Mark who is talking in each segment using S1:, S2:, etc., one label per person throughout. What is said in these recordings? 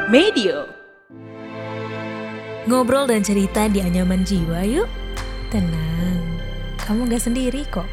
S1: Medio.
S2: Ngobrol dan cerita di anyaman jiwa yuk. Tenang, kamu gak sendiri kok.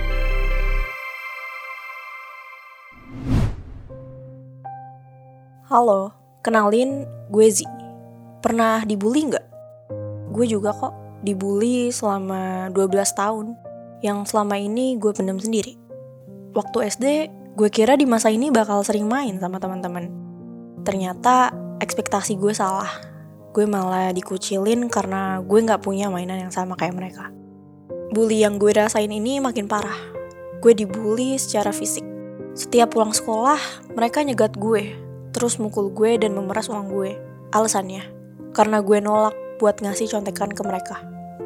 S3: Halo, kenalin gue Zi. Pernah dibully gak? Gue juga kok, dibully selama 12 tahun. Yang selama ini gue pendam sendiri. Waktu SD, gue kira di masa ini bakal sering main sama teman-teman. Ternyata ekspektasi gue salah. Gue malah dikucilin karena gue gak punya mainan yang sama kayak mereka. Bully yang gue rasain ini makin parah. Gue dibully secara fisik. Setiap pulang sekolah, mereka nyegat gue, terus mukul gue dan memeras uang gue. Alasannya, karena gue nolak buat ngasih contekan ke mereka.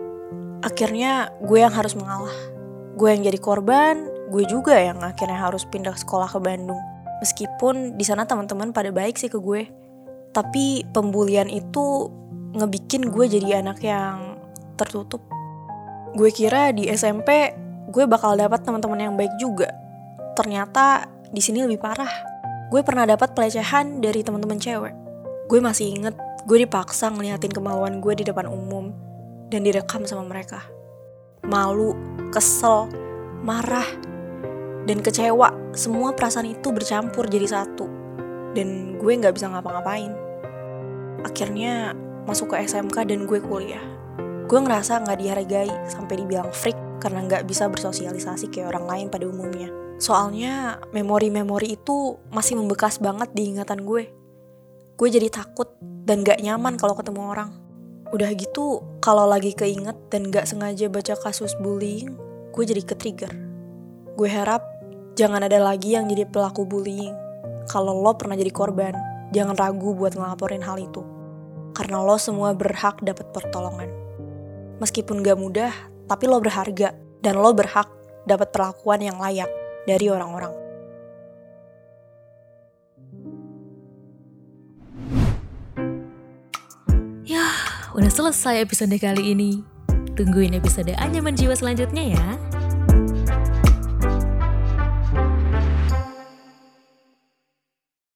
S3: Akhirnya gue yang harus mengalah. Gue yang jadi korban, gue juga yang akhirnya harus pindah sekolah ke Bandung. Meskipun di sana teman-teman pada baik sih ke gue. Tapi pembulian itu ngebikin gue jadi anak yang tertutup. Gue kira di SMP gue bakal dapat teman-teman yang baik juga. Ternyata di sini lebih parah. Gue pernah dapat pelecehan dari teman-teman cewek. Gue masih inget gue dipaksa ngeliatin kemaluan gue di depan umum dan direkam sama mereka. Malu, kesel, marah, dan kecewa. Semua perasaan itu bercampur jadi satu. Dan gue gak bisa ngapa-ngapain. Akhirnya masuk ke SMK dan gue kuliah. Gue ngerasa gak dihargai sampai dibilang freak karena gak bisa bersosialisasi kayak orang lain pada umumnya. Soalnya memori-memori itu masih membekas banget di ingatan gue. Gue jadi takut dan gak nyaman kalau ketemu orang. Udah gitu, kalau lagi keinget dan gak sengaja baca kasus bullying, gue jadi ke-trigger. Gue harap jangan ada lagi yang jadi pelaku bullying. Kalau lo pernah jadi korban, jangan ragu buat ngelaporin hal itu. Karena lo semua berhak dapat pertolongan. Meskipun gak mudah, tapi lo berharga. Dan lo berhak dapat perlakuan yang layak dari orang-orang.
S2: Yah, udah selesai episode kali ini. Tungguin episode Anyaman Jiwa selanjutnya ya.